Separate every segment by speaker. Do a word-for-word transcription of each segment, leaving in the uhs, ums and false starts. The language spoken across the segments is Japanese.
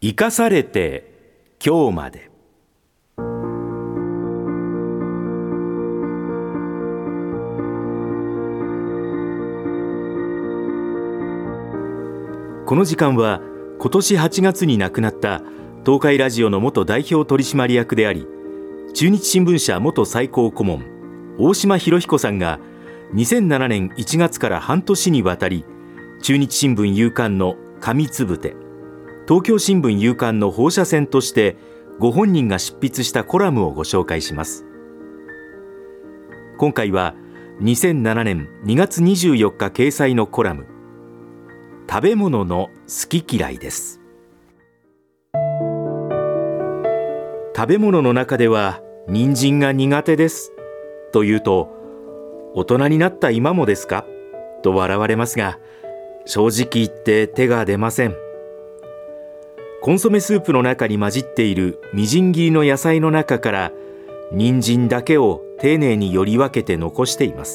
Speaker 1: 生かされて今日まで。この時間は今年はちがつに亡くなった東海ラジオの元代表取締役であり、中日新聞社元最高顧問大島博彦さんがにせんななねんいちがつから半年にわたり、中日新聞夕刊の紙つぶて、東京新聞夕刊の放射線としてご本人が執筆したコラムをご紹介します。今回はにせんななねんにがつにじゅうよっか掲載のコラム、食べ物の好き嫌いです。食べ物の中では人参が苦手ですと言うと、大人になった今もですかと笑われますが、正直言って手が出ません。コンソメスープの中に混じっているみじん切りの野菜の中から人参だけを丁寧により分けて残しています。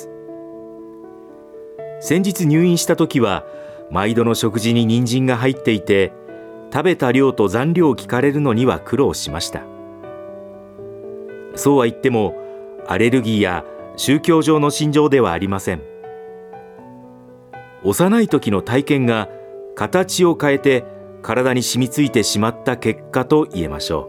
Speaker 1: 先日入院した時は毎度の食事に人参が入っていて、食べた量と残量を聞かれるのには苦労しました。そうは言ってもアレルギーや宗教上の信条ではありません。幼い時の体験が形を変えて体に染みついてしまった結果と言えましょ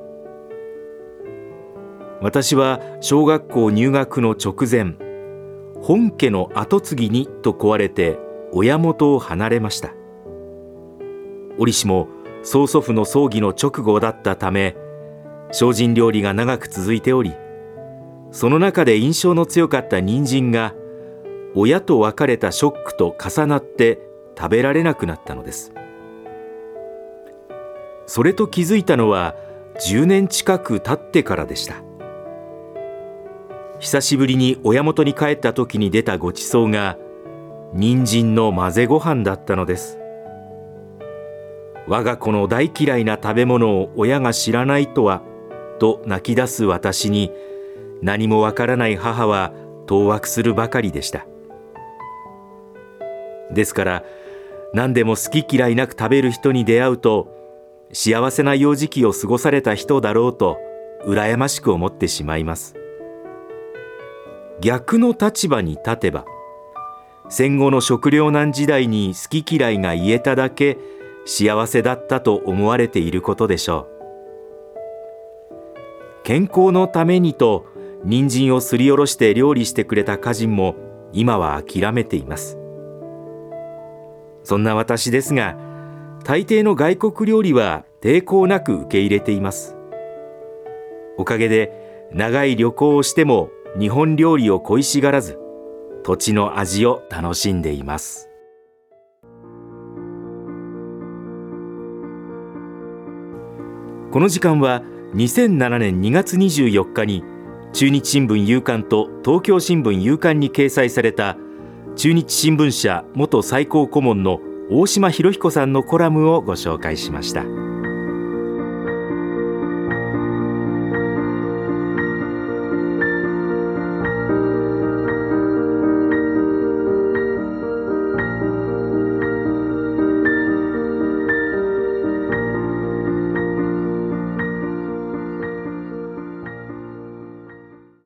Speaker 1: う。私は小学校入学の直前、本家の跡継ぎにと請われて親元を離れました。折しも曽祖父の葬儀の直後だったため、精進料理が長く続いており、その中で印象の強かった人参が親と別れたショックと重なって食べられなくなったのです。それと気づいたのはじゅうねん近く経ってからでした。久しぶりに親元に帰った時に出たごちそうが人参の混ぜご飯だったのです。我が子の大嫌いな食べ物を親が知らないとはと泣き出す私に、何もわからない母は当惑するばかりでした。ですから何でも好き嫌いなく食べる人に出会うと、幸せな幼児期を過ごされた人だろうと羨ましく思ってしまいます。逆の立場に立てば、戦後の食糧難時代に好き嫌いが言えただけ幸せだったと思われていることでしょう。健康のためにと人参をすりおろして料理してくれた家人も今は諦めています。そんな私ですが、大抵の外国料理は抵抗なく受け入れています。おかげで長い旅行をしても日本料理を恋しがらず、土地の味を楽しんでいます。この時間はにせんななねんにがつにじゅうよっかに中日新聞夕刊と東京新聞夕刊に掲載された中日新聞社元最高顧問の大島博彦さんのコラムをご紹介しました。